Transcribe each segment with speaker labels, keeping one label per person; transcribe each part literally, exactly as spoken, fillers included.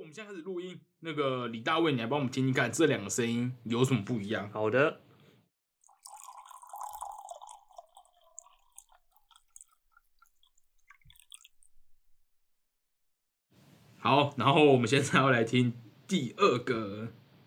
Speaker 1: 我们现在开始录音。那个李大卫，你来帮我们听听看，这两个声音有什么不一样？
Speaker 2: 好的。
Speaker 1: 好，然后我们现在要来听第二个。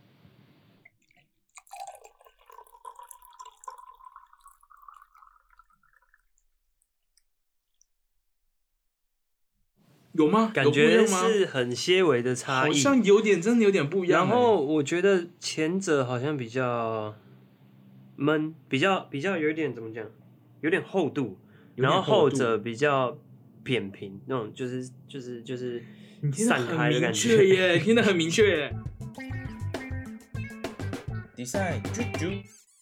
Speaker 1: 有吗？
Speaker 2: 感觉是很些微的差异，
Speaker 1: 好像有点，真的有点不一样。
Speaker 2: 然后我觉得前者好像比较闷，比较比较有点怎么讲，有点厚度，然后后者比较扁平，那种就是就是就是散开的感觉
Speaker 1: 耶，听得很明确耶。
Speaker 3: 比赛啾啾。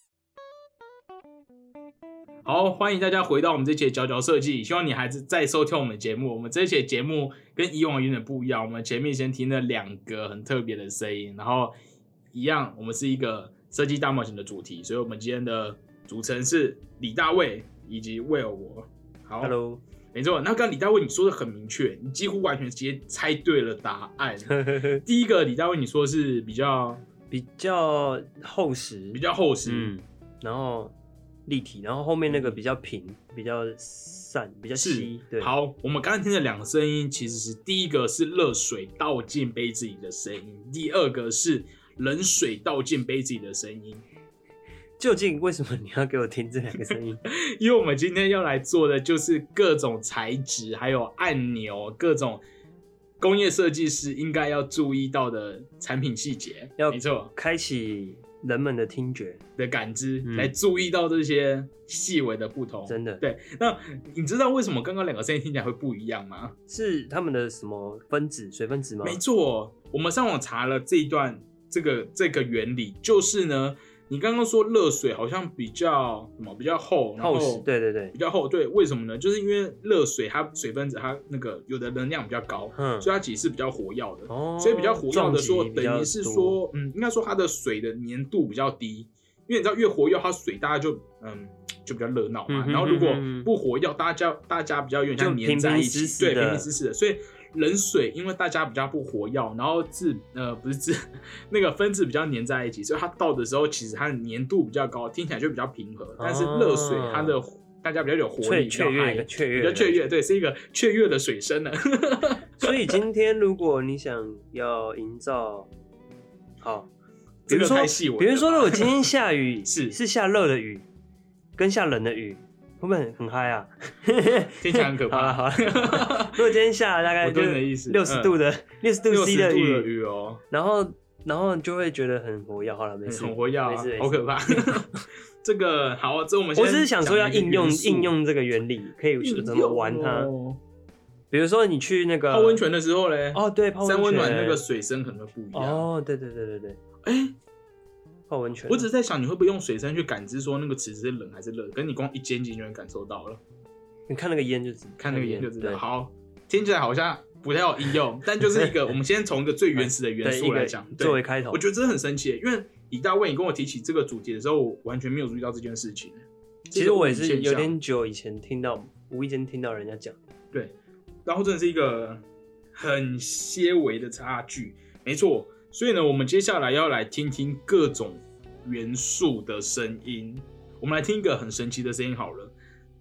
Speaker 1: 好，欢迎大家回到我们这期的佼佼设计，希望你还是在收听我们的节目。我们这期的节目跟以往有点不一样，我们前面先听了两个很特别的声音，然后一样，我们是一个设计大冒险的主题，所以我们今天的组成是李大卫以及威尔我。好
Speaker 2: ，Hello，
Speaker 1: 没错。那刚刚李大卫你说的很明确，你几乎完全直接猜对了答案。第一个李大卫你说是比较
Speaker 2: 比较厚实，
Speaker 1: 比较厚实，
Speaker 2: 嗯，然后立体，然后后面那个比较平，比较散，比较稀。对，
Speaker 1: 好，我们刚才听的两个声音，其实是第一个是热水倒进杯子里的声音，第二个是冷水倒进杯子里的声音。
Speaker 2: 究竟为什么你要给我听这两个声音？
Speaker 1: 因为我们今天要来做的就是各种材质，还有按钮，各种工业设计师应该要注意到的产品细节。
Speaker 2: 要
Speaker 1: 没错，
Speaker 2: 开启人们的听觉
Speaker 1: 的感知，
Speaker 2: 嗯、
Speaker 1: 来注意到这些细微的不同。
Speaker 2: 真的，
Speaker 1: 对。那你知道为什么刚刚两个声音听起来会不一样吗？
Speaker 2: 是他们的什么分子、水分子吗？
Speaker 1: 没错，我们上网查了这一段这个这个原理，就是呢，你刚刚说热水好像比较什么比较厚，
Speaker 2: 厚实，对对对，
Speaker 1: 比较厚，对，为什么呢？就是因为热水它水分子它那个有的能量比较高，嗯，所以它其实是比较活跃的，哦，所以比较活跃的说，等于是说，嗯，应该说它的水的粘度比较低，因为你知道越活跃，它水大家就嗯就比较热闹嘛，嗯、然后如果不活跃，大家大家比较有点像粘在一起，对，平平实实的，所以。冷水因为大家比较不活跃，然后质呃不是质那个分子比较粘在一起，所以它倒的时候其实它的粘度比较高，听起来就比较平和。但是热水它的大家比较有活力，比较嗨，
Speaker 2: 雀跃，
Speaker 1: 比较雀跃，对，是一个雀跃的水声呢。
Speaker 2: 所以今天如果你想要营造好，比如说比如说如果今天下雨
Speaker 1: 是
Speaker 2: 是下热的雨，跟下冷的雨。会不会很很嗨啊？
Speaker 1: 听起来很可怕。
Speaker 2: 好了好了，如果今天下大概就六十度的六十度 C 的雨,
Speaker 1: 的雨哦，
Speaker 2: 然后然后就会觉得很活跃。好了，没事，
Speaker 1: 很活跃、啊，
Speaker 2: 没事，
Speaker 1: 好可怕。这个好，这我们先
Speaker 2: 我只是想说要应用应用这个原理，可以怎么玩它？比如说你去那个
Speaker 1: 泡温泉的时候嘞，
Speaker 2: 哦对，泡温泉
Speaker 1: 三温暖那个水声可能会不一样。
Speaker 2: 哦，对对对对对，
Speaker 1: 哎、欸。
Speaker 2: 泡温泉，
Speaker 1: 我只是在想，你会不会用水声去感知说那个池子是冷还是热？可是你光一尖进就能感受到了。
Speaker 2: 你看那个烟就知，
Speaker 1: 看那个烟就知道。好，听起来好像不太有应用，但就是一个，我们先从一个最原始的元素来讲，
Speaker 2: 作为开头。
Speaker 1: 我觉得真的很神奇，因为李大卫你跟我提起这个主题的时候，我完全没有注意到这件事情。
Speaker 2: 其实我也是有点久以前听到，无意间听到人家讲。
Speaker 1: 对，然后真的是一个很些微的差距，没错。所以呢，我们接下来要来听听各种元素的声音。我们来听一个很神奇的声音好了，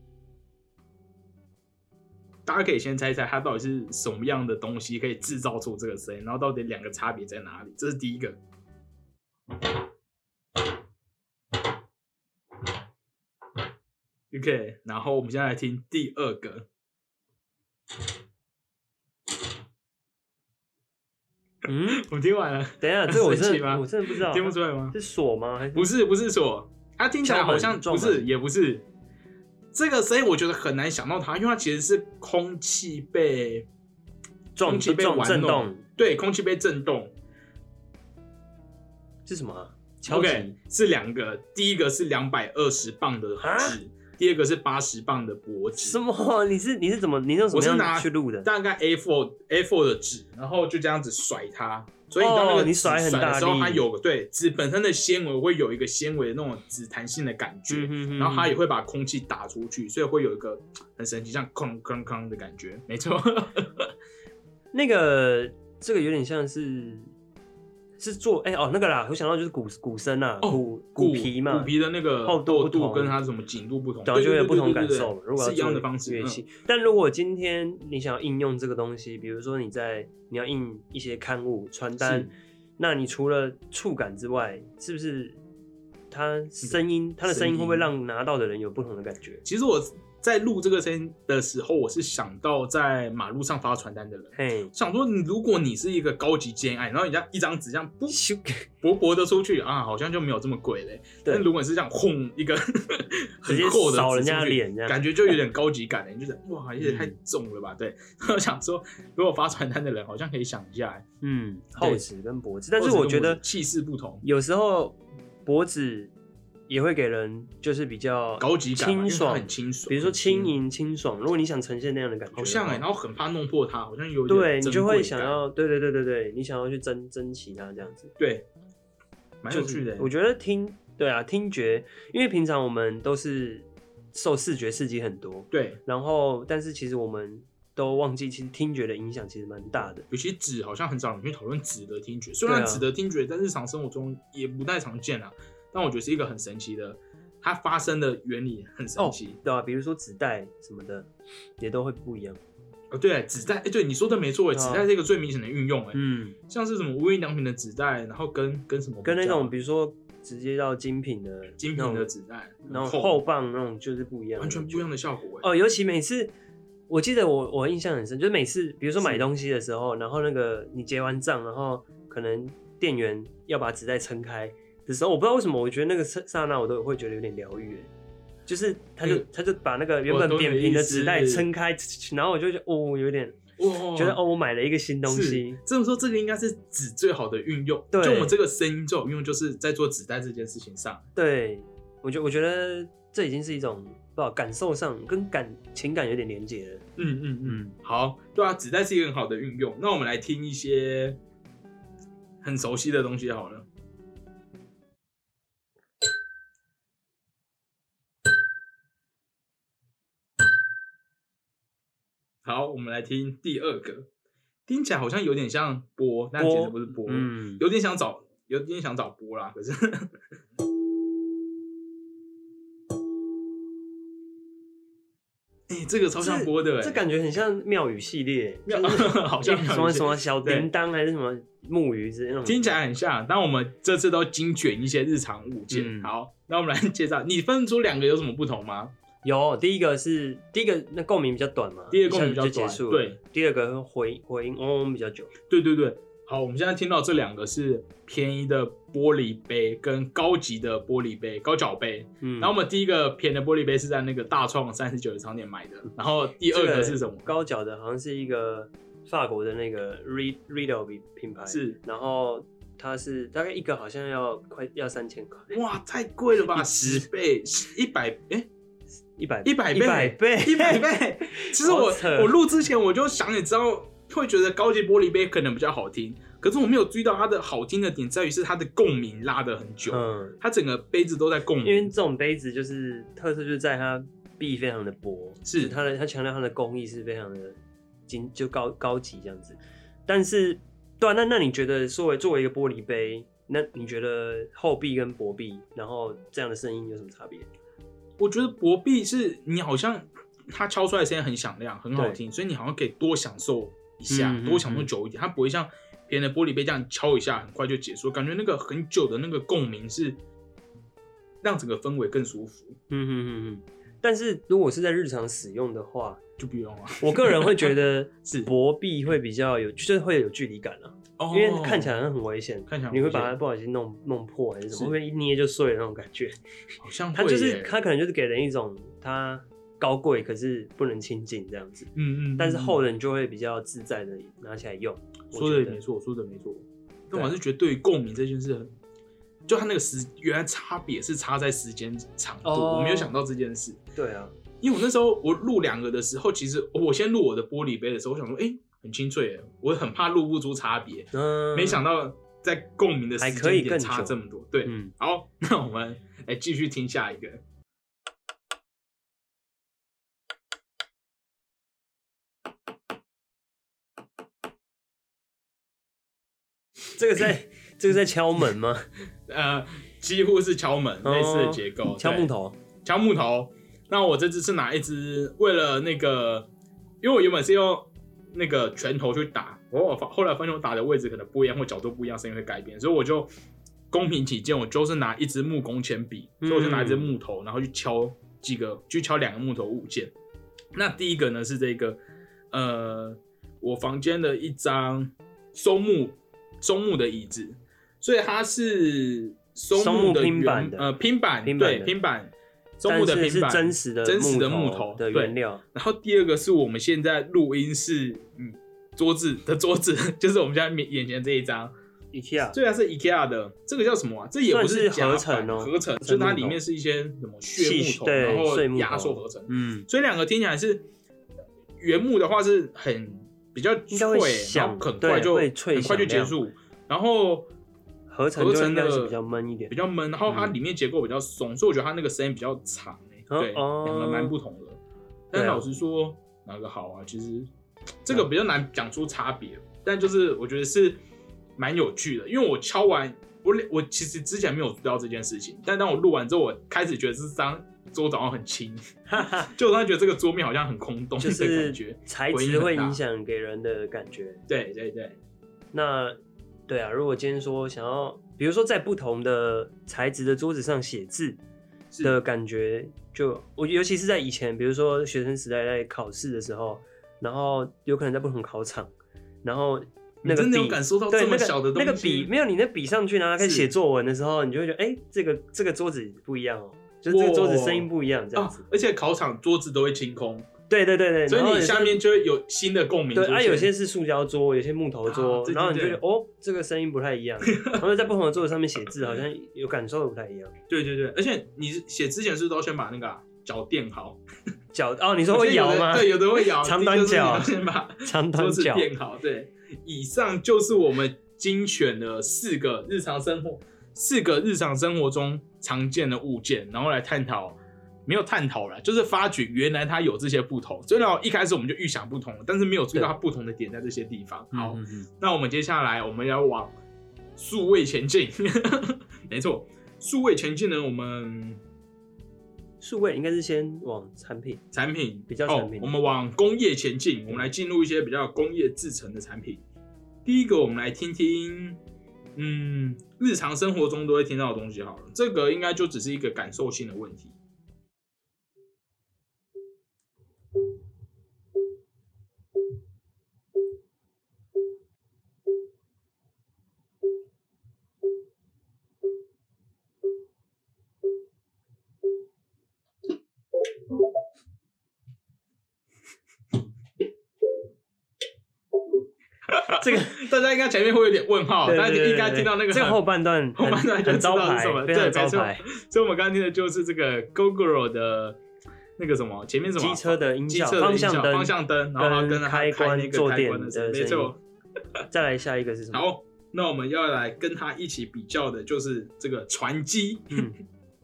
Speaker 1: 大家可以先猜一猜它到底是什么样的东西可以制造出这个声音，然后到底两个差别在哪里？这是第一个。OK， 然后我们现在来听第二个。
Speaker 2: 嗯，
Speaker 1: 我听完了。
Speaker 2: 等一下，这我真的我真的不知道，
Speaker 1: 听不出来吗？
Speaker 2: 是锁吗？还是
Speaker 1: 不是？不是锁，它听起来好像不是，也不是。这个声音我觉得很难想到它，因为它其实是空气被空气被玩弄，对，空气被震动。
Speaker 2: 是什么啊
Speaker 1: ？OK， 是两个，第一个是两百二十磅的纸。第二个是八十磅的薄纸。
Speaker 2: 什么？你是你是怎么？你用什么样去录的？
Speaker 1: 大概 A 四 A 四 的纸，然后就这样子甩它。所以当那个纸甩的时候，它有对纸本身的纤维会有一个纤维的那种纸弹性的感觉，嗯、然后它也会把空气打出去，所以会有一个很神奇，像哐哐哐的感觉。没错。
Speaker 2: 那个这个有点像是是做哎、欸、哦那个啦，我想到就是鼓鼓声啊，
Speaker 1: 哦、
Speaker 2: 鼓鼓皮嘛，
Speaker 1: 鼓皮的那个
Speaker 2: 厚度不同，
Speaker 1: 跟它什么紧度不同，
Speaker 2: 然后就会有不同感受。
Speaker 1: 对对对对对，
Speaker 2: 如果要
Speaker 1: 是一样的方式
Speaker 2: 乐器、
Speaker 1: 嗯，
Speaker 2: 但如果今天你想要应用这个东西，比如说你在你要印一些刊物、传单，那你除了触感之外，是不是它声音，它的声音会不会让拿到的人有不同的感觉？
Speaker 1: 其实我在录这个声音的时候，我是想到在马路上发传单的人，
Speaker 2: 嘿，
Speaker 1: 想说你如果你是一个高级建案，然后人家一张纸这样不薄薄的出去啊，好像就没有这么贵嘞。但如果你是这样轰一个很厚的
Speaker 2: 扫人家脸，
Speaker 1: 感觉就有点高级感嘞，就是哇，也太重了吧？对，我想说，如果发传单的人好像可以想一下，
Speaker 2: 嗯，厚纸跟薄纸，但是我觉得
Speaker 1: 气势不同，
Speaker 2: 有时候薄纸也会给人就是比较
Speaker 1: 高级感，
Speaker 2: 清爽，
Speaker 1: 很清爽，
Speaker 2: 比如说轻盈清爽。如果你想呈现那样的感觉，
Speaker 1: 好像哎、欸，然后很怕弄破它，好像有点
Speaker 2: 对你就会想要，对对对对对，你想要去珍珍惜它这样子，
Speaker 1: 对，蛮有趣的、欸。
Speaker 2: 我觉得听，对啊，听觉，因为平常我们都是受视觉刺激很多，
Speaker 1: 对，
Speaker 2: 然后但是其实我们都忘记，其实听觉的影响其实蛮大的。
Speaker 1: 尤其纸，好像很少人去讨论纸的听觉，虽然纸的听觉在日常生活中也不太常见啊。但我觉得是一个很神奇的，它发生的原理很神奇，哦、
Speaker 2: 对啊，比如说纸袋什么的，也都会不一样。
Speaker 1: 哦，对，纸袋，哎，对，你说的没错，哎，纸袋是一个最明显的运用，哎，
Speaker 2: 嗯，
Speaker 1: 像是什么无印良品的纸袋，然后跟跟什么，
Speaker 2: 跟那种比如说直接到精品的
Speaker 1: 精品的纸袋，
Speaker 2: 然后厚棒那种就是不一样，
Speaker 1: 完全不一样的效果，哎，
Speaker 2: 哦，尤其每次。我记得我我印象很深，就是每次比如说买东西的时候，然后那个你结完账，然后可能店员要把纸袋撑开的时候，我不知道为什么，我觉得那个刹那我都会觉得有点疗愈，就是他就、嗯、他就把那个原本扁平的纸袋撑开，然后我就觉得哦，有点觉得哦，我买了一个新东西。
Speaker 1: 这么说，这个应该是纸最好的运用。对，就我们这个声音最好运用，就是在做纸袋这件事情上。
Speaker 2: 对，我觉得我觉得这已经是一种不知道感受上跟感情感有点连结了。
Speaker 1: 嗯嗯嗯，好，对啊，纸袋是一个很好的运用。那我们来听一些很熟悉的东西好了。好，我们来听第二个，听起来好像有点像波，但其实不是波，嗯，有点想找，有点想找波啦，可是。哎、欸，这个超像波的、欸，
Speaker 2: 这感觉很像庙宇系列，
Speaker 1: 庙好像
Speaker 2: 什么什么小叮当还是什么木鱼之类那种，
Speaker 1: 听起来很像。但我们这次都精选一些日常物件。嗯、好，那我们来介绍，你分出两个有什么不同吗？
Speaker 2: 有，第一个是第一个那共鸣比较短嘛，
Speaker 1: 第一个共鸣比较短，
Speaker 2: 就结束了。
Speaker 1: 对，
Speaker 2: 第二个回回音嗡嗡比较久。
Speaker 1: 对对对。好，我们现在听到这两个是便宜的玻璃杯跟高级的玻璃杯、高脚杯。嗯，然后我们第一个便宜的玻璃杯是在那个大创三十九的商店买的，然后第二个是什么？
Speaker 2: 这个、高脚的好像是一个法国的那个 Riedel 品牌，
Speaker 1: 是，
Speaker 2: 然后它是大概一个好像要快要三千块。
Speaker 1: 哇，太贵了吧！十倍，一百哎。
Speaker 2: 一百
Speaker 1: 一百倍，
Speaker 2: 一百倍，
Speaker 1: 一百倍。其实我我录之前我就想，你知道。会觉得高级玻璃杯可能比较好听，可是我没有注意到它的好听的点在于是它的共鸣拉得很久，嗯，它整个杯子都在共鸣。
Speaker 2: 因为这种杯子就是特色，就是在它壁非常的薄，
Speaker 1: 是
Speaker 2: 它的它强调它的工艺是非常的精，就高高级这样子。但是，对啊，那那你觉得作为作为一个玻璃杯，那你觉得厚壁跟薄壁，然后这样的声音有什么差别？
Speaker 1: 我觉得薄壁是你好像它敲出来的声音很响亮，很好听，所以你好像可以多享受。一下多享受久一点，它不会像别人的玻璃杯这样敲一下很快就结束，感觉那个很久的那个共鸣是让整个氛围更舒服。
Speaker 2: 嗯嗯嗯嗯。但是如果是在日常使用的话，
Speaker 1: 就不用了。
Speaker 2: 我个人会觉得
Speaker 1: 是
Speaker 2: 薄壁会比较有，就是会有距离感啊，哦、因为看起来很危险，
Speaker 1: 看起来
Speaker 2: 你会把它不小心弄弄破还是什么，会不会一捏就碎了那种感觉？
Speaker 1: 好像会
Speaker 2: 它就是它可能就是给人一种它。高贵可是不能亲近这样子，
Speaker 1: 嗯嗯，
Speaker 2: 但是后人就会比较自在的拿起来用。
Speaker 1: 说的没错，说的没错。但我还是觉得对于共鸣这件事很，就它那个时原来差别是差在时间长度，哦、我没有想到这件事。
Speaker 2: 对啊，
Speaker 1: 因为我那时候我录两个的时候，其实我先录我的玻璃杯的时候，我想说，哎、欸，很清脆耶，我很怕录不出差别。嗯，没想到在共鸣的时间点差这么多。对，嗯，好，那我们来继续听下一个。
Speaker 2: 这个在这个在敲门吗？
Speaker 1: 呃，几乎是敲门、哦、类似的结构，
Speaker 2: 敲木头，
Speaker 1: 敲木头。那我这支是拿一支，为了那个，因为我原本是用那个拳头去打，我后来发现我打的位置可能不一样，或角度不一样，声音会改变，所以我就公平起见，我就是拿一支木工铅笔，所以我就拿一支木头，然后去敲几个，去敲两个木头物件。那第一个呢是这个，呃，我房间的一张松木松木的椅子，所以它是松木的
Speaker 2: 拼板的，
Speaker 1: 呃，拼板，拼板对，拼板，松木的拼板，
Speaker 2: 是真实的
Speaker 1: 真实的木头
Speaker 2: 的原料。
Speaker 1: 然后第二个是我们现在录音室，嗯，桌子的桌子，就是我们现在眼前这一张
Speaker 2: ，IKEA，
Speaker 1: 对啊，是 IKEA 的，这个叫什么啊？这也不是
Speaker 2: 合成哦，
Speaker 1: 合成，就是它里面是一些什么屑木头，然后压缩合成，嗯，所以两个听起来是原木的话是很比较脆，然后很快就很快就结束，然后。
Speaker 2: 合成就应该是比较闷一点，
Speaker 1: 比较闷，然后它里面结构比较松，嗯、所以我觉得它那个声音比较长、欸、对，两、哦、个蛮不同的。但老实说，哪个好啊？其实这个比较难讲出差别，但就是我觉得是蛮有趣的，因为我敲完，我我其实之前没有知道这件事情，但当我录完之后，我开始觉得这张桌早上很轻，就我突然觉得这个桌面好像很空洞的感觉，
Speaker 2: 材质会影响给人的感觉。
Speaker 1: 对对对，
Speaker 2: 那。对啊，如果今天说想要，比如说在不同的材质的桌子上写字的感觉，就我尤其是在以前，比如说学生时代在考试的时候，然后有可能在不同考场，然后那个笔，
Speaker 1: 真的有感受到这么小的东西，
Speaker 2: 那个笔没有你那笔上去，然后开始写作文的时候，你就会觉得，哎、欸，这个这个桌子不一样哦，就是这个桌子声音不一样，这样子、哦。
Speaker 1: 而且考场桌子都会清空。
Speaker 2: 对对对对，
Speaker 1: 所以你下面就会有新的共鸣。
Speaker 2: 对啊，有些是塑胶桌，有些木头桌，啊、对对对，然后你就觉得哦，这个声音不太一样。然后在不同的桌子上面写字，好像有感受的不太一样。
Speaker 1: 对对对，而且你写之前是不是都先把那个脚垫好？
Speaker 2: 脚哦，你说会摇吗？
Speaker 1: 对，有的会摇。
Speaker 2: 长短脚，
Speaker 1: 先把
Speaker 2: 长短脚
Speaker 1: 垫好。对，以上就是我们精选的四个日常生活，四个日常生活中常见的物件，然后来探讨。没有探讨了，就是发掘原来它有这些不同。虽然一开始我们就预想不同了，但是没有注意到它不同的点在这些地方。好，嗯嗯，那我们接下来我们要往数位前进。没错，数位前进呢，我们
Speaker 2: 数位应该是先往产品，
Speaker 1: 产品
Speaker 2: 比较产品、
Speaker 1: 哦。我们往工业前进，我们来进入一些比较工业制成的产品。第一个，我们来听听，嗯，日常生活中都会听到的东西好了。这个应该就只是一个感受性的问题。
Speaker 2: 这个
Speaker 1: 大家应该前面会有点问号，大家应该听到那个
Speaker 2: 这个后半段，
Speaker 1: 后半段就知道是什么，
Speaker 2: 对，招牌。
Speaker 1: 所以我们刚刚听的就是这个 Gogoro 的那个什么，前面什么
Speaker 2: 机车的音效，
Speaker 1: 方
Speaker 2: 向灯，
Speaker 1: 方向灯，然后跟
Speaker 2: 开关坐垫
Speaker 1: 的声音，没错。
Speaker 2: 再来下一个是什么？
Speaker 1: 好，那我们要来跟它一起比较的就是这个船机。嗯。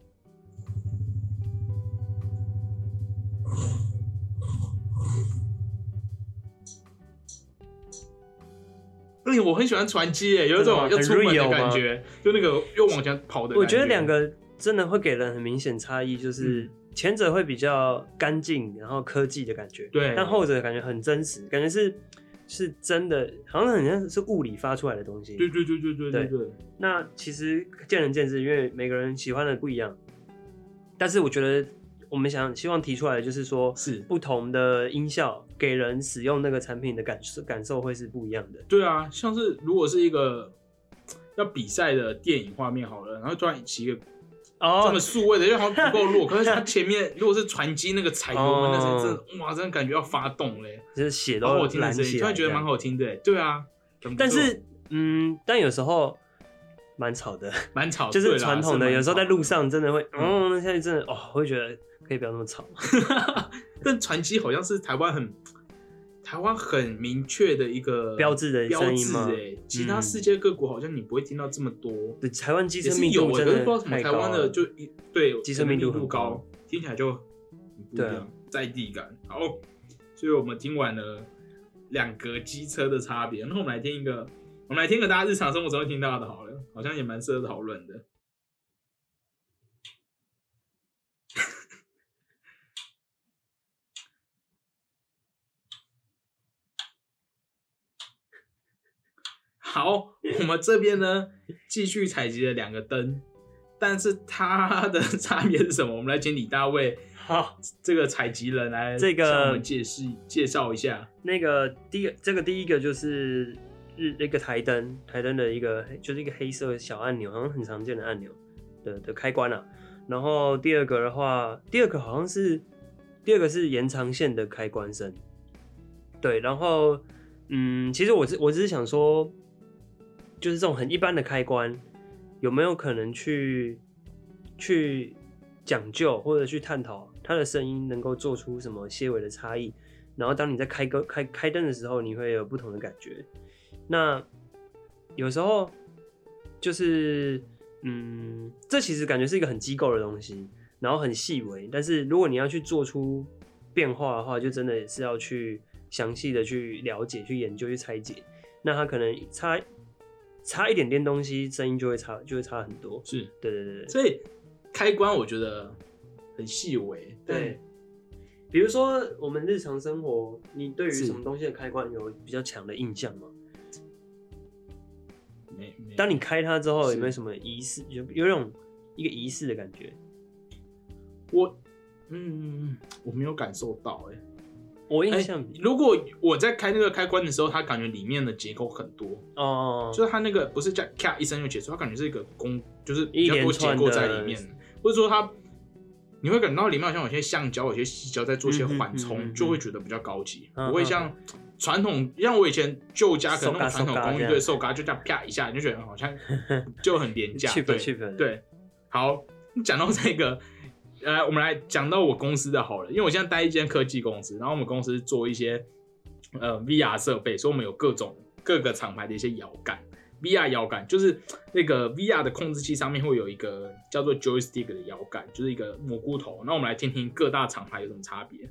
Speaker 1: 嗯，我很喜欢船机耶，有一种要出门的感觉，就那个又往前跑的感觉。
Speaker 2: 我觉得两个真的会给人很明显差异，就是前者会比较干净，然后科技的感觉，
Speaker 1: 对，
Speaker 2: 但后者感觉很真实，感觉是是真的，好像很像是物理发出来的东西。
Speaker 1: 对对对对对对对。
Speaker 2: 那其实见仁见智，因为每个人喜欢的不一样。但是我觉得我们想希望提出来的就是说，
Speaker 1: 是不
Speaker 2: 同的音效给人使用那个产品的感受感受会是不一样的。
Speaker 1: 对啊，像是如果是一个要比赛的电影画面好了，然后突然起一个哦这么数位的，因为好像不够弱，可是它前面如果是船机那个踩油门那声，真的哇，真的感觉要发动嘞，
Speaker 2: 就是血都
Speaker 1: 燃起来，突然觉得蛮好听的。对啊，
Speaker 2: 但是嗯，但有时候。蛮吵的，
Speaker 1: 蛮吵，
Speaker 2: 就是传统的，有时候在路上真的会，嗯，那现在真的哦，我会觉得可以不要那么吵。
Speaker 1: 但船机好像是台湾很台湾很明确的一个
Speaker 2: 标志的声音吗？
Speaker 1: 哎，其他世界各国好像你不会听到这么多。
Speaker 2: 对，台湾机车密度真的
Speaker 1: 有，可是不知道什么台湾的就对
Speaker 2: 机车密度很
Speaker 1: 高，听起来就很不一样，在地感。好，所以我们听完了两个机车的差别，然后我们来听一个。 我们来听个大家日常生活中会听到的好了，好像也蛮适合讨论的。好，我们这边呢继续采集了两个灯，但是它的差别是什么？我们来请李大卫，
Speaker 2: 好，
Speaker 1: 这个采集人来
Speaker 2: 这个
Speaker 1: 向我们介绍介绍一下。
Speaker 2: 那个第一，这个第一个就是日那个台灯，台灯的一个就是一个黑色小按钮，好像很常见的按钮的的开关啊。然后第二个的话，第二个好像是第二个是延长线的开关声，对。然后嗯，其实我是我只是想说。就是这种很一般的开关，有没有可能去去讲究或者去探讨它的声音能够做出什么些微的差异？然后当你在开灯开开灯的时候，你会有不同的感觉。那有时候就是嗯，这其实感觉是一个很机构的东西，然后很细微。但是如果你要去做出变化的话，就真的也是要去详细的去了解、去研究、去拆解。那它可能差。差一点点东西，声音就会差，就会差很多。
Speaker 1: 是，
Speaker 2: 对对对。
Speaker 1: 所以开关我觉得很细微。
Speaker 2: 对，比如说我们日常生活，你对于什么东西的开关有比较强的印象吗？
Speaker 1: 没。没
Speaker 2: 当你开它之后，有没有什么仪式？有有那种一个仪式的感觉？
Speaker 1: 我，嗯，我没有感受到、欸，哎。
Speaker 2: 我印象、
Speaker 1: 欸，如果我在开那个开关的时候，它感觉里面的结构很多
Speaker 2: 哦，
Speaker 1: 就是它那个不是叫咔一声就结束，它感觉是一个工，就是比较多结构在里面，或者说它你会感觉到里面好像有些橡胶、有些细胶在做些缓冲、嗯，就会觉得比较高级，不、嗯、会像传统，像我以前旧家可能那种传统公寓对，受嘎就这样啪一下，你就觉得好像就很廉价，对对。好，讲到这个。呃，我们来讲到我公司的好了，因为我现在待一间科技公司，然后我们公司做一些呃 V R 设备，所以我们有各种各个厂牌的一些摇杆 ，V R 摇杆就是那个 V R 的控制器上面会有一个叫做 joystick 的摇杆，就是一个蘑菇头。那我们来听听各大厂牌有什么差别。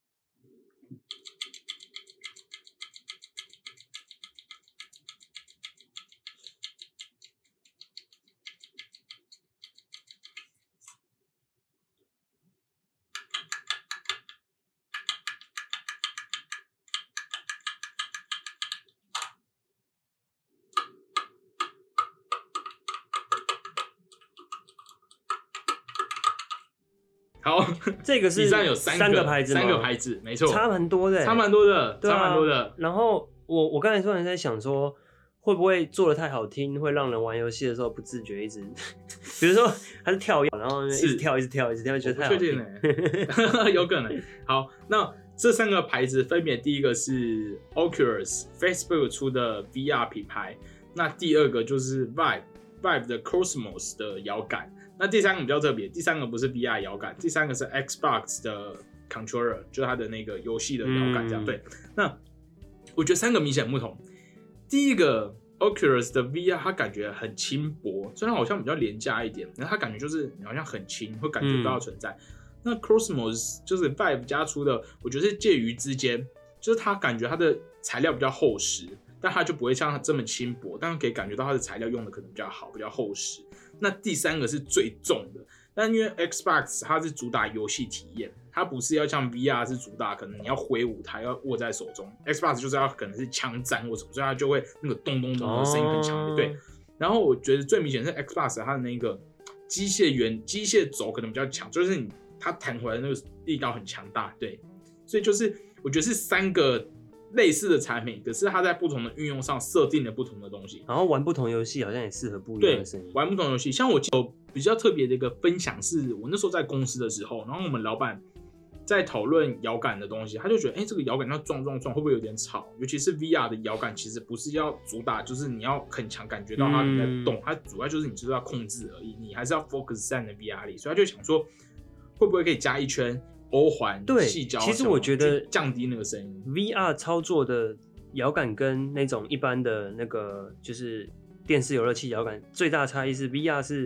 Speaker 1: 好，
Speaker 2: 这个是
Speaker 1: 以上有三个,
Speaker 2: 三个牌子吗？
Speaker 1: 三个牌子，没错，
Speaker 2: 差蛮多的，
Speaker 1: 差蛮多的，
Speaker 2: 对啊、
Speaker 1: 差蛮多的。
Speaker 2: 然后我我刚才突然在想说，会不会做的太好听，会让人玩游戏的时候不自觉一直，比如说还是跳跃，然后一直跳，一直跳，一直跳，觉得太好听。
Speaker 1: 我不确定有可能。好，那这三个牌子分别，第一个是 Oculus，Facebook 出的 V R 品牌，那第二个就是 Vive，Vive 的 Cosmos 的摇杆。那第三个比较特别，第三个不是 V R 摇杆，第三个是 Xbox 的 controller， 就是它的那个游戏的摇杆，这样、嗯、对。那我觉得三个明显不同。第一个 Oculus 的 V R， 它感觉很轻薄，虽然好像比较廉价一点，但它感觉就是好像很轻，会感觉到它存在。嗯、那 Cosmos 就是 Vive 家出的，我觉得是介于之间，就是它感觉它的材料比较厚实，但它就不会像它这么轻薄，但可以感觉到它的材料用的可能比较好，比较厚实。那第三个是最重的，但因为 Xbox 它是主打游戏体验，它不是要像 V R 是主打可能你要挥舞它，要握在手中。Xbox 就是要可能是枪战或什么，所以它就会那个咚咚咚的声音很强烈。对，然后我觉得最明显是 Xbox 它的那个机械元机械轴可能比较强，就是你它弹回来的那个力道很强大。对，所以就是我觉得是三个类似的产品，可是它在不同的运用上设定了不同的东西，
Speaker 2: 然后玩不同游戏好像也适合不一样的声音。
Speaker 1: 玩不同游戏，像我有比较特别的一个分享是，我那时候在公司的时候，然后我们老板在讨论摇杆的东西，他就觉得，哎、欸，这个摇杆要撞撞撞，会不会有点吵？尤其是 V R 的摇杆，其实不是要主打，就是你要很强感觉到它在动，嗯、它主要就是你就是要控制而已，你还是要 focus 在你的 V R 里，所以他就想说，会不会可以加一圈欧环、细胶？
Speaker 2: 其实我觉得
Speaker 1: 降低那个声音。
Speaker 2: V R 操作的摇杆跟那种一般的那个就是电视游乐器摇杆最大的差异是 V R 是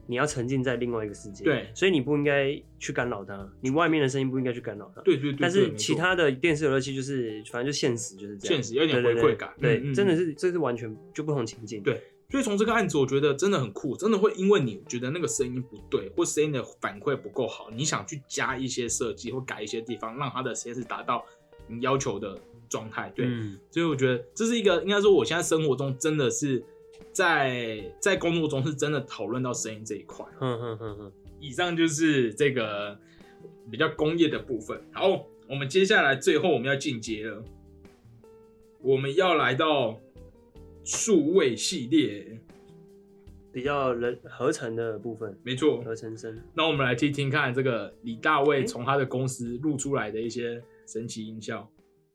Speaker 2: 你要沉浸在另外一个世界，
Speaker 1: 对，
Speaker 2: 所以你不应该去干扰它，你外面的声音不应该去干扰它。
Speaker 1: 对对 对, 对。
Speaker 2: 但是其他的电视游乐器就是反正就现实就是这样，
Speaker 1: 现实有点回馈感，
Speaker 2: 对, 对, 对,
Speaker 1: 对嗯、
Speaker 2: 真的是这是完全就不同情境。
Speaker 1: 对，所以从这个案子我觉得真的很酷，真的会因为你觉得那个声音不对，或声音的反馈不够好，你想去加一些设计或改一些地方，让它的声音是达到你要求的状态。对、嗯，所以我觉得这是一个应该说我现在生活中真的是在在工作中是真的讨论到声音这一块。
Speaker 2: 哼哼哼哼，
Speaker 1: 以上就是这个比较工业的部分。好，我们接下来最后我们要进阶了，我们要来到数位系列，
Speaker 2: 比较人合成的部分。
Speaker 1: 没错，
Speaker 2: 合成声。
Speaker 1: 那我们来听听看这个李大卫从他的公司录出来的一些神奇音效。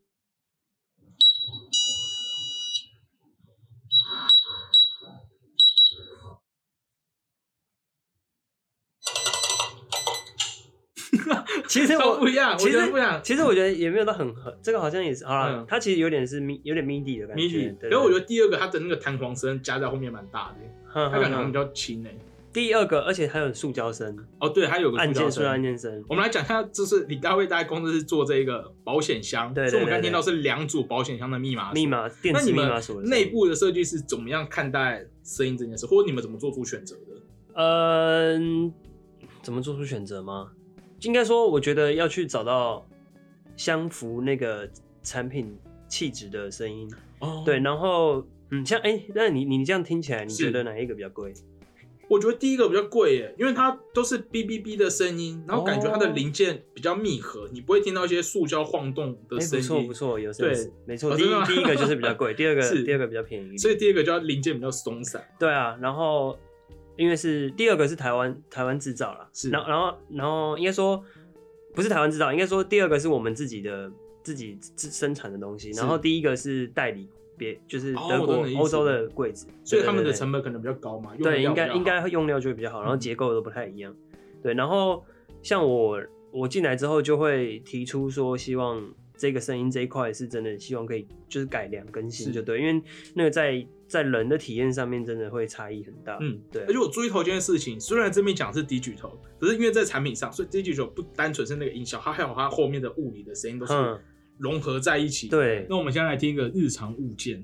Speaker 2: 其实我
Speaker 1: 不一样，我觉得不一样。
Speaker 2: 其实我觉得也没有到很合，这个好像也是好啦、嗯、它其实有点是有点 M I D I 的感觉。M I D I，
Speaker 1: 可是我觉得第二个它的那个弹簧声加在后面蛮大的，它感觉好像比较轻诶。
Speaker 2: 第二个，而且还有塑胶声
Speaker 1: 哦，对，还有个
Speaker 2: 按键，塑料按键声。
Speaker 1: 我们来讲一下，就是李大卫大概公司是做这个保险箱，
Speaker 2: 对，
Speaker 1: 所以我们刚听到是两组保险箱的密码
Speaker 2: 密码电子密码锁。
Speaker 1: 内部的设计是怎么样看待声音这件事，或者你们怎么做出选择的？
Speaker 2: 嗯、呃，怎么做出选择吗？应该说，我觉得要去找到相符那个产品气质的声音。哦，对，然后嗯，像哎，那、欸、你你这样听起来，你觉得哪一个比较贵？
Speaker 1: 我觉得第一个比较贵耶，因为它都是哔哔哔的声音，然后感觉它的零件比较密合，你不会听到一些塑胶晃动的声音。
Speaker 2: 欸、不错不错，有声
Speaker 1: 对，
Speaker 2: 没错。第一第一个就是比较贵，第二个第二个比较便宜，
Speaker 1: 所以第二个就要零件比较松散。
Speaker 2: 对啊，然后因为是第二个是台湾台湾制造啦，
Speaker 1: 是，
Speaker 2: 然后然后然后应该说不是台湾制造，应该说第二个是我们自己的自己生产的东西，然后第一个是代理。别就是德国、欧、哦、洲的柜子，
Speaker 1: 所以他们的成本可能比较高嘛。
Speaker 2: 对，对应该应该用料就会比较好，然后结构都不太一样。嗯、对，然后像我我进来之后就会提出说，希望这个声音这一块是真的希望可以就是改良更新，就对，因为那个在在人的体验上面真的会差异很大。嗯，对。
Speaker 1: 而且我注意头一件事情，虽然这边讲是低举头，可是因为在产品上，所以低举头不单纯是那个音效，它还有它后面的物理的声音都是。嗯融合在一起。
Speaker 2: 对，
Speaker 1: 那我们现在来听一个日常物件。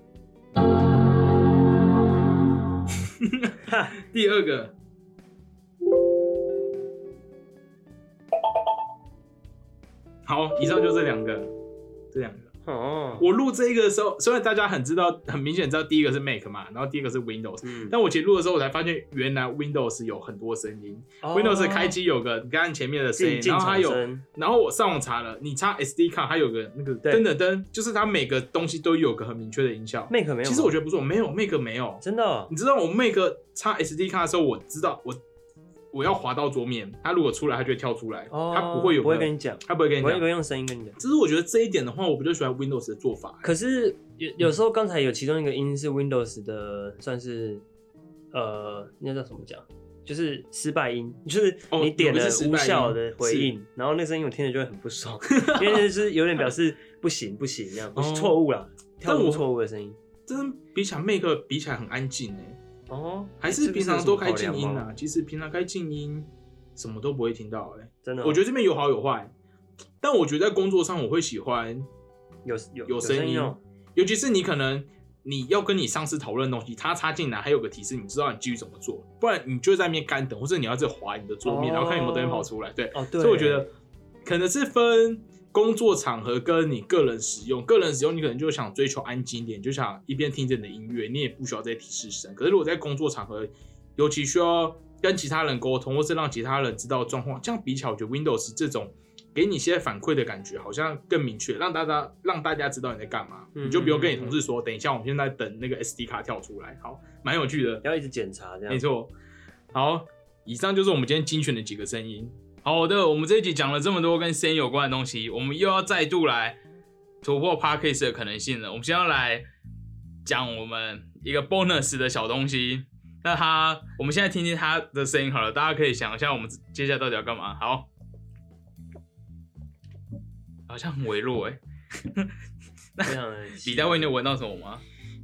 Speaker 1: 第二个，好，以上就这两个，这两个。哦，我录这个的时候，虽然大家很知道，很明显知道第一个是 Mac 嘛，然后第二个是 Windows，、嗯、但我其实录的时候，我才发现原来 Windows 有很多声音。哦、Windows 开机有个你刚刚前面的声音，然后它有，然后我上网查了，你插 S D 卡，它有个那个噔噔噔，就是它每个东西都有个很明确的音效。
Speaker 2: Mac 没有，
Speaker 1: 其实我觉得不错，没有 Mac 没有，
Speaker 2: 真的、哦。
Speaker 1: 你知道我 Mac 插 S D 卡的时候，我知道我。我要滑到桌面，它如果出来，它就会跳出来，哦、它不会有，
Speaker 2: 不会跟你讲，
Speaker 1: 它不会跟你讲，
Speaker 2: 不会用声音跟你讲。
Speaker 1: 只是我觉得这一点的话，我比较喜欢 Windows 的做法。
Speaker 2: 可是有有时候刚才有其中一个音是 Windows 的，算是呃，那叫什么讲？就是失败音，就是你点了无效的回应，哦、然后那声音我听着就会很不爽，因为就是有点表示不行不行那样，错误啦，跳出错误的声音。
Speaker 1: 真的比起来 Mac 比起来很安静哎。
Speaker 2: 哦，
Speaker 1: 还是平常都开静音啊？其实平常开静音，什么都不会听到哎、欸。
Speaker 2: 真的、哦，
Speaker 1: 我觉得这边有好有坏，但我觉得在工作上我会喜欢
Speaker 2: 有有
Speaker 1: 有声音，哦、尤其是你可能你要跟你上司讨论的东西，他插进来还有个提示，你知道你继续怎么做，不然你就在那边干等，或者你要再滑你的桌面，哦、然后看有没有东西跑出来。对，
Speaker 2: 哦对，
Speaker 1: 所以我觉得可能是分。工作场合跟你个人使用，个人使用你可能就想追求安静一点，就想一边听着你的音乐，你也不需要这些提示声。可是如果在工作场合，尤其需要跟其他人沟通，或是让其他人知道状况，这样比起来，我觉得 Windows 这种给你一些反馈的感觉，好像更明确，让大家让大家知道你在干嘛。嗯、你就不用跟你同事说，等一下我们现在等那个 S D 卡跳出来，好，蛮有趣的。
Speaker 2: 要一直检查这样。
Speaker 1: 没错。好，以上就是我们今天精选的几个声音。好的，我们这一集讲了这么多跟声音有关的东西，我们又要再度来突破 Podcast 的可能性了。我们先要来讲我们一个 bonus 的小东西。那它，我们现在听听它的声音好了，大家可以想一下我们接下来到底要干嘛。好，好像很微弱哎、欸。那李大卫，你有闻到什么吗？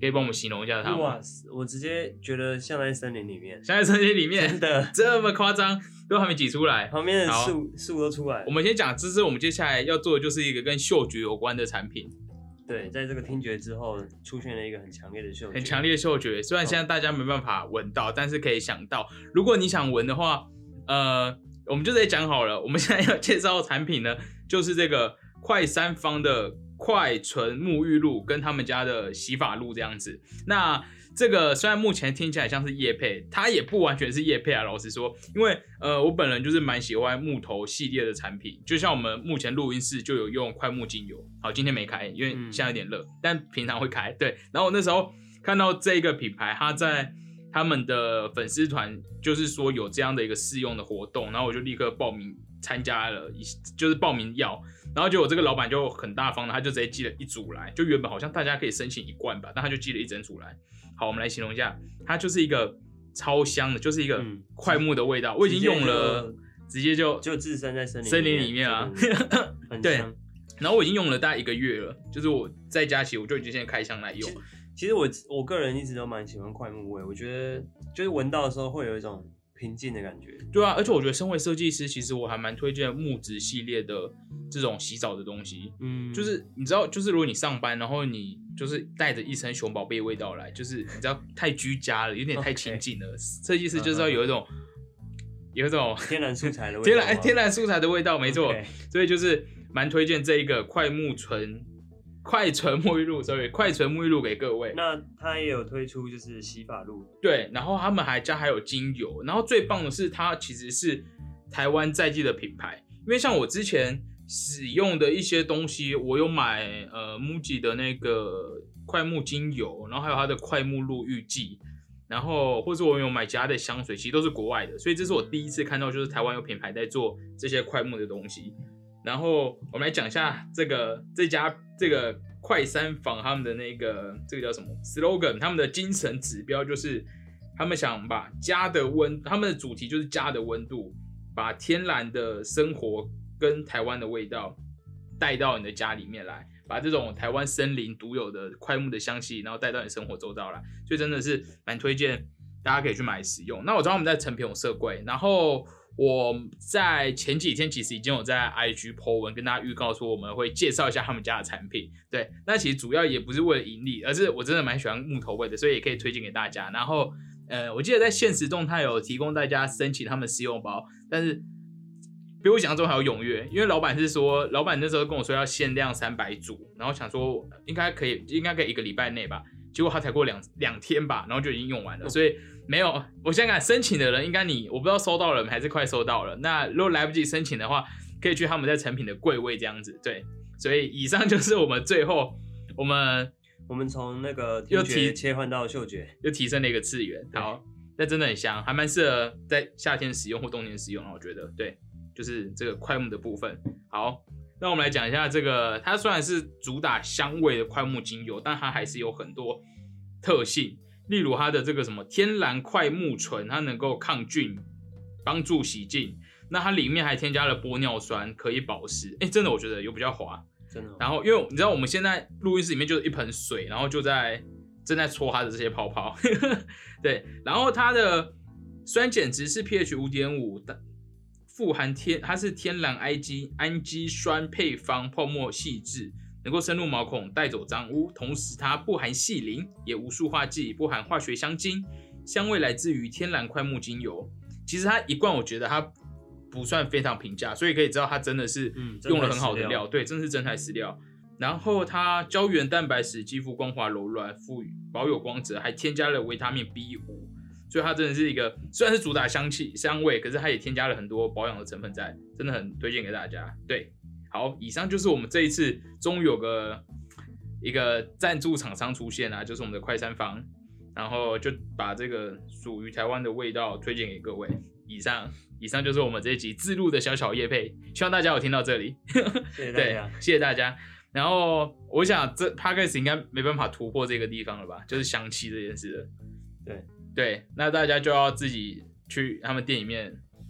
Speaker 1: 可以帮我们形容一下它吗？
Speaker 2: 哇，我直接觉得像在森林里面，
Speaker 1: 像在森林里面，
Speaker 2: 真的
Speaker 1: 这么夸张，都还没挤出来，
Speaker 2: 旁边的树树都出来了。
Speaker 1: 我们先讲，这是我们接下来要做的，就是一个跟嗅觉有关的产品。
Speaker 2: 对，在这个听觉之后，出现了一个很强烈的嗅觉，
Speaker 1: 很强烈的嗅觉。虽然现在大家没办法闻到，但是可以想到，如果你想闻的话，呃，我们就直接讲好了。我们现在要介绍的产品呢，就是这个快三方的快纯沐浴露跟他们家的洗发露这样子。那这个虽然目前听起来像是业配，它也不完全是业配啊。老实说，因为呃，我本人就是蛮喜欢木头系列的产品，就像我们目前录音室就有用快木精油。好，今天没开，因为现在有点热，嗯、但平常会开。对，然后我那时候看到这个品牌，它在他们的粉丝团就是说有这样的一个试用的活动，然后我就立刻报名参加了，就是报名要。然后结果这个老板就很大方的，他就直接寄了一组来，就原本好像大家可以申请一罐吧，但他就寄了一整组来。好，我们来形容一下，它就是一个超香的，就是一个快木的味道。嗯、我已经用了，直接就
Speaker 2: 就置身在森林
Speaker 1: 森林里面啊，对。然后我已经用了大概一个月了，就是我在家其实我就已经先开箱来用。
Speaker 2: 其实，其实我我个人一直都蛮喜欢快木味，我觉得就是闻到的时候会有一种平静的感觉。
Speaker 1: 对啊，而且我觉得身为设计师，其实我还蛮推荐木质系列的这种洗澡的东西。嗯，就是你知道，就是如果你上班，然后你就是带着一身熊宝贝味道来，就是你知道太居家了，有点太亲近了。设计师就是要有一种、嗯、有一种
Speaker 2: 天然素材的味道，
Speaker 1: 天然天然素材的味道，没错。
Speaker 2: Okay.
Speaker 1: 所以就是蛮推荐这一个快木纯。快纯沐浴露 ，sorry， 快纯沐浴露给各位。
Speaker 2: 那它也有推出就是洗发露，
Speaker 1: 对，然后他们还加还有精油，然后最棒的是它其实是台湾在地的品牌，因为像我之前使用的一些东西，我有买呃 Muji 的那个快木精油，然后还有它的快木露浴剂，然后或者我有买其他的香水，其实都是国外的，所以这是我第一次看到就是台湾有品牌在做这些快木的东西。然后我们来讲一下这个这家这个快三房他们的那个这个叫什么 slogan， 他们的精神指标就是他们想把家的温，他们的主题就是家的温度，把天然的生活跟台湾的味道带到你的家里面来，把这种台湾森林独有的快木的香气，然后带到你生活周遭来，所以真的是蛮推荐大家可以去买使用。那我知道他们在成品有设柜，然后。我在前几天其实已经有在 I G po 文跟大家预告说我们会介绍一下他们家的产品，对，那其实主要也不是为了盈利，而是我真的蛮喜欢木头味的，所以也可以推荐给大家。然后，呃，我记得在限时动态有提供大家申请他们试用包，但是比我想象中还要踊跃，因为老板是说，老板那时候跟我说要限量三百组，然后想说应该可以，应该可以一个礼拜内吧，结果他才过两两天吧，然后就已经用完了，所以。没有，我想想申请的人应该你我不知道收到了还是快收到了。那如果来不及申请的话，可以去他们在成品的柜位这样子。对，所以以上就是我们最后我们
Speaker 2: 我们从那个听觉切换到嗅觉，
Speaker 1: 又提升了一个次元。好，那真的很香，还蛮适合在夏天使用或冬天使用。我觉得对，就是这个快木的部分。好，那我们来讲一下这个，它虽然是主打香味的快木精油，但它还是有很多特性。例如它的这个什么天然快木醇，它能够抗菌，帮助洗净。那它里面还添加了玻尿酸，可以保湿。哎，真的我觉得有比较滑，
Speaker 2: 真的、哦。
Speaker 1: 然后因为你知道我们现在录音室里面就是一盆水，然后就在正在搓它的这些泡泡。对，然后它的酸碱值是 pH 五点五，富含天，它是天然氨基氨基酸配方，泡沫细致。能够深入毛孔带走脏污，同时它不含细磷，也无塑化剂，不含化学香精，香味来自于天然快木精油。其实它一罐我觉得它不算非常平价，所以可以知道它真的是用了很好的料，嗯、对，真的是真材实料。然后它胶原蛋白使肌肤光滑柔软，富裕保有光泽，还添加了维他命 B 五，所以它真的是一个虽然是主打香气香味，可是它也添加了很多保养的成分在，真的很推荐给大家。对。好，以上就是我们这一次终于有个一个赞助厂商出现啊，就是我们的快三方，然后就把这个属于台湾的味道推荐给各位。以上，以上就是我们这一集自录的小小业配，希望大家有听到这里，
Speaker 2: 谢谢大家，
Speaker 1: 对，谢谢大家。然后我想这 podcast 应该没办法突破这个地方了吧，就是香气这件事了。
Speaker 2: 对
Speaker 1: 对，那大家就要自己去他们店里面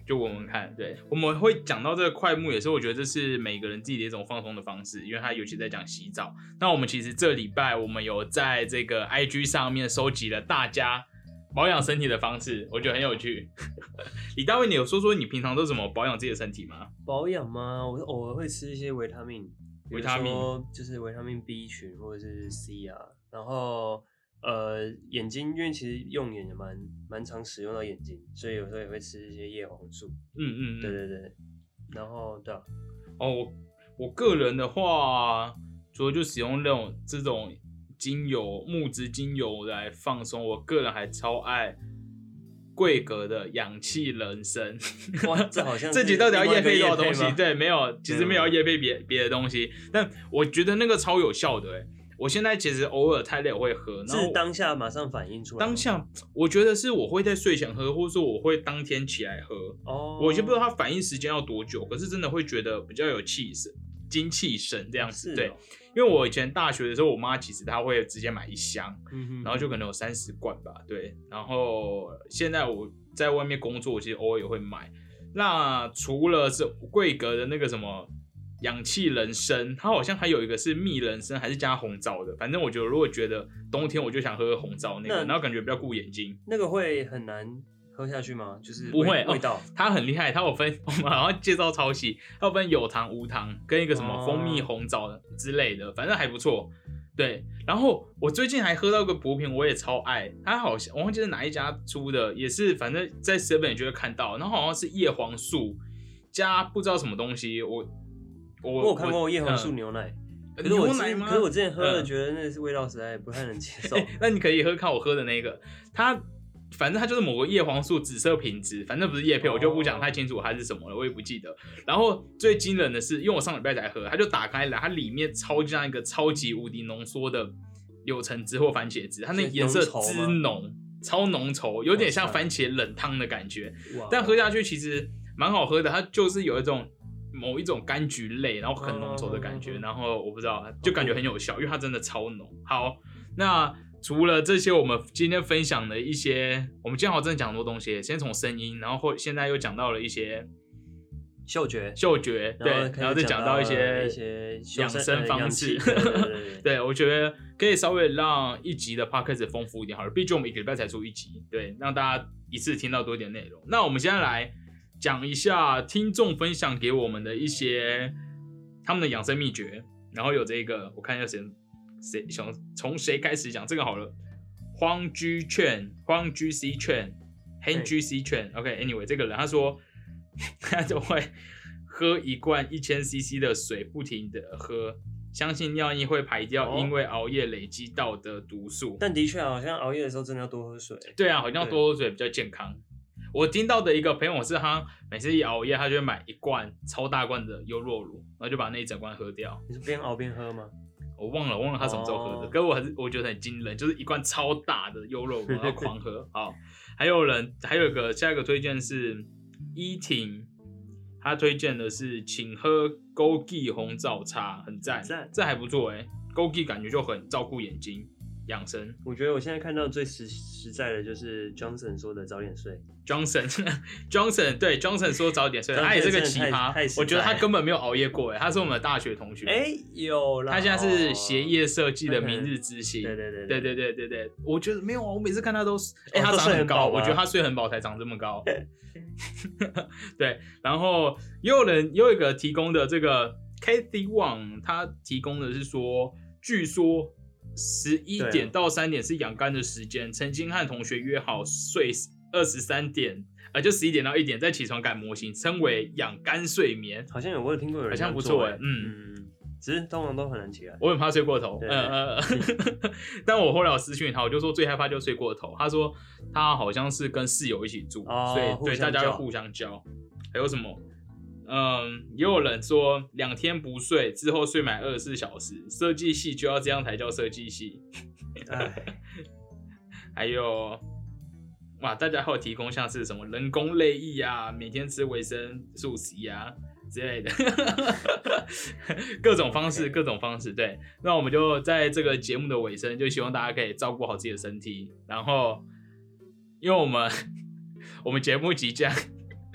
Speaker 1: 就闻闻看。对，我们会讲到这个快木，也是我觉得这是每个人自己的一种放松的方式，因为他尤其在讲洗澡。那我们其实这礼拜我们有在这个 I G 上面收集了大家保养身体的方式，我觉得很有趣。李大卫，你有说说你平常都怎么保养自己的身体吗？
Speaker 2: 保养吗？我偶尔会吃一些维他命，
Speaker 1: 维他命
Speaker 2: 就是维他命 B 群或者是 C 啊，然后。呃，眼睛因为其实用眼也蛮蛮常使用到眼睛，所以有时候也会吃一些叶黄素。
Speaker 1: 嗯嗯，
Speaker 2: 对对对。然后对啊，
Speaker 1: 哦，我我个人的话，除了就使用那种这种精油木质精油来放松，我个人还超爱桂格的氧气人参。
Speaker 2: 哇，这好像
Speaker 1: 这集到底要业配多少东西？对，没有，其实没有要业配别别的东西，但我觉得那个超有效的哎、欸。我现在其实偶尔太累我会喝，
Speaker 2: 是当下马上反应出来。
Speaker 1: 当下我觉得是我会在睡前喝，或者说我会当天起来喝。哦，我就不知道它反应时间要多久，可是真的会觉得比较有气神、精气神这样子。哦、对，因为我以前大学的时候，我妈其实她会直接买一箱，嗯、然后就可能有三十罐吧。对，然后现在我在外面工作，我其实偶尔也会买。那除了是桂格的那个什么。氧气人参，它好像还有一个是蜜人参，还是加红枣的。反正我觉得，如果觉得冬天我就想喝红枣那个，那然后感觉比较顾眼睛。
Speaker 2: 那个会很难喝下去吗？就是
Speaker 1: 不会，
Speaker 2: 味道、
Speaker 1: 哦、它很厉害，它有分，我们好像介绍超细，它有分有糖、无糖，跟一个什么蜂蜜红枣之类的，反正还不错。对，然后我最近还喝到一个补品，我也超爱，它好像我忘记是哪一家出的，也是反正在 seven 也就会看到，然后好像是叶黄素加不知道什么东西，我。我,
Speaker 2: 我有看过叶黄素牛奶，
Speaker 1: 嗯、
Speaker 2: 可是我
Speaker 1: 牛奶吗？
Speaker 2: 可是我之前喝了，觉得那是味道实在不太能接受。
Speaker 1: 欸、那你可以喝看我喝的那个，它反正它就是某个叶黄素紫色品质，反正不是业配，我就不讲太清楚它是什么了，我也不记得。然后最惊人的是，因为我上礼拜才喝，它就打开来，它里面超像一个超级无敌浓缩的柳橙汁或番茄汁，它那颜色之浓，超浓稠，有点像番茄冷汤的感觉，但喝下去其实蛮好喝的，它就是有一种。某一种柑橘类，然后很浓稠的感觉，然后我不知道，就感觉很有效，因为它真的超浓。好，那除了这些，我们今天分享的一些，我们今天好像真的讲很多东西，先从声音，然后现在又讲到了一些
Speaker 2: 嗅觉，
Speaker 1: 嗅觉，对，然后再讲到一些养生方式。
Speaker 2: 对, 对, 对, 对,
Speaker 1: 对，我觉得可以稍微让一集的 podcast 丰富一点好了，毕竟我们一个礼拜才出一集，对，让大家一次听到多一点内容。那我们现在来。讲一下听众分享给我们的一些他们的养生秘诀，然后有这个，我看一下谁谁想从谁开始讲这个好了。荒居券、荒居 C 券、hen 居 C 券 ，OK，anyway， 这个人他说他就会喝一罐一千 C C 的水，不停的喝，相信尿液会排掉因为熬夜累积到的毒素。
Speaker 2: 但的确好像熬夜的时候真的要多喝水。
Speaker 1: 对啊，好像多喝水比较健康。我听到的一个朋友是，他每次一熬夜，他就会买一罐超大罐的优酪乳，然后就把那一整罐喝掉。
Speaker 2: 你是边熬边喝吗？
Speaker 1: 我忘了，忘了他什么时候喝的。可是我还是我觉得很惊人，就是一罐超大的优酪乳，然后狂喝。好，还有人，还有一个下一个推荐是依婷，他推荐的是请喝枸杞红枣茶，很赞，这还不错哎、欸。枸杞感觉就很照顾眼睛。养生，
Speaker 2: 我觉得我现在看到最实实在的就是 Johnson 说的早点睡。
Speaker 1: Johnson Johnson 对 Johnson 说早点睡，他也是个奇葩。我觉得他根本没有熬夜过，哎，他是我们的大学同学。
Speaker 2: 哎、欸，有啦。
Speaker 1: 他现在是鞋业设计的明日之星。
Speaker 2: 对对对
Speaker 1: 对对对对对，我觉得没有啊，我每次看他都是，哎、欸，他长很高，我觉得他睡很饱才长这么高。对，然后也有人也有一个提供的这个 Kathy Wang， 他提供的是说，据说。十一点到三点是养肝的时间，曾经和同学约好睡二十三点，呃，就十一点到一点再起床赶模型，称为养肝睡眠。
Speaker 2: 好像有我有听过有人
Speaker 1: 好像不错哎，
Speaker 2: 嗯嗯，只是通常都很难起来。
Speaker 1: 我很怕睡过头，呃呃，但我后来有私讯他，我就说最害怕就睡过头。他说他好像是跟室友一起住，哦、所以对大家会互相教。还有什么？嗯，也有人说两天不睡之后睡满二十四小时，设计系就要这样才叫设计系。还有，哇，大家还有提供像是什么人工泪液啊，每天吃维生素 C 啊之类的，各种方式，各种方式。对，那我们就在这个节目的尾声，就希望大家可以照顾好自己的身体，然后，因为我们我们节目即将。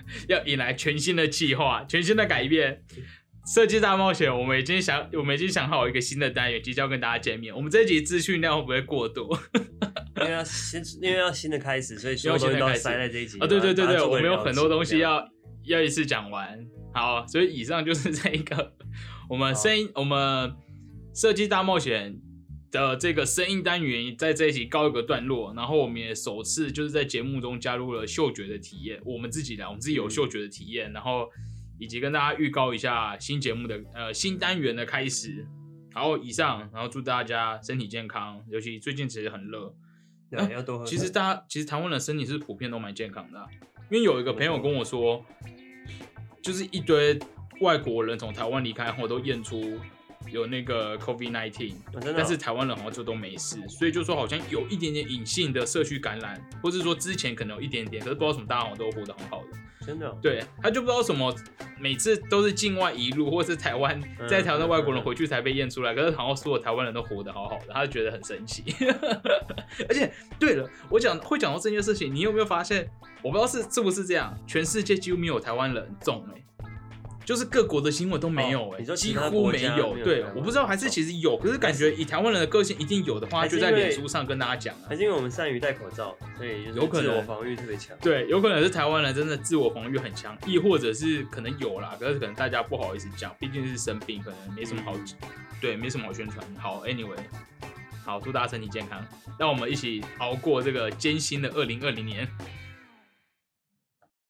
Speaker 1: 要迎来全新的计划，全新的改变。设计大冒险，我们已经想，我们已经想好一个新的单元，即将跟大家见面。我们这一集资讯量会不会过多？
Speaker 2: 因为要新，因为要新的开始，所以所有东西都要塞在这一集。
Speaker 1: 啊，对对对对，我们有很多东西要要一次讲完。好，所以以上就是这一个我们声音，我们设计大冒险的这个声音单元，在这一集告一个段落。然后我们也首次就是在节目中加入了嗅觉的体验，我们自己的，我们自己有嗅觉的体验，然后。以及跟大家预告一下新节目的呃新单元的开始，然后以上，然后祝大家身体健康，尤其最近其实很热，
Speaker 2: 对，啊、要多喝。
Speaker 1: 其实大家其实台湾人身体是普遍都蛮健康的、啊，因为有一个朋友跟我说，就是一堆外国人从台湾离开后都验出有那个 COVID 十九、哦哦、但是台湾人好像就都没事，所以就说好像有一点点隐性的社区感染，或是说之前可能有一点点，可是不知道什么大家好像都活得很好的。
Speaker 2: 真的、哦，
Speaker 1: 对，他就不知道什么，每次都是境外移入，或是台湾在台湾的外国人回去才被验出来，可是好像所有台湾人都活得好好的，他就觉得很神奇。而且，对了，我讲会讲到这件事情，你有没有发现？我不知道是是不是这样，全世界几乎没有台湾人中哎、欸。就是各国的新闻都没有哎、欸，
Speaker 2: 哦、
Speaker 1: 几乎没有。对，我不知道还是其实有，可是感觉以台湾人的个性一定有的话，就在脸书上跟大家讲、啊。
Speaker 2: 还是因为我们善于戴口罩，所以就是自我防御特别强。
Speaker 1: 对，有可能是台湾人真的自我防御很强，亦或者是可能有啦，可是可能大家不好意思讲，毕竟是生病，可能没什么好，嗯、对，没什么好宣传。好 ，anyway， 好，祝大家身体健康，让我们一起熬过这个艰辛的二零二零年。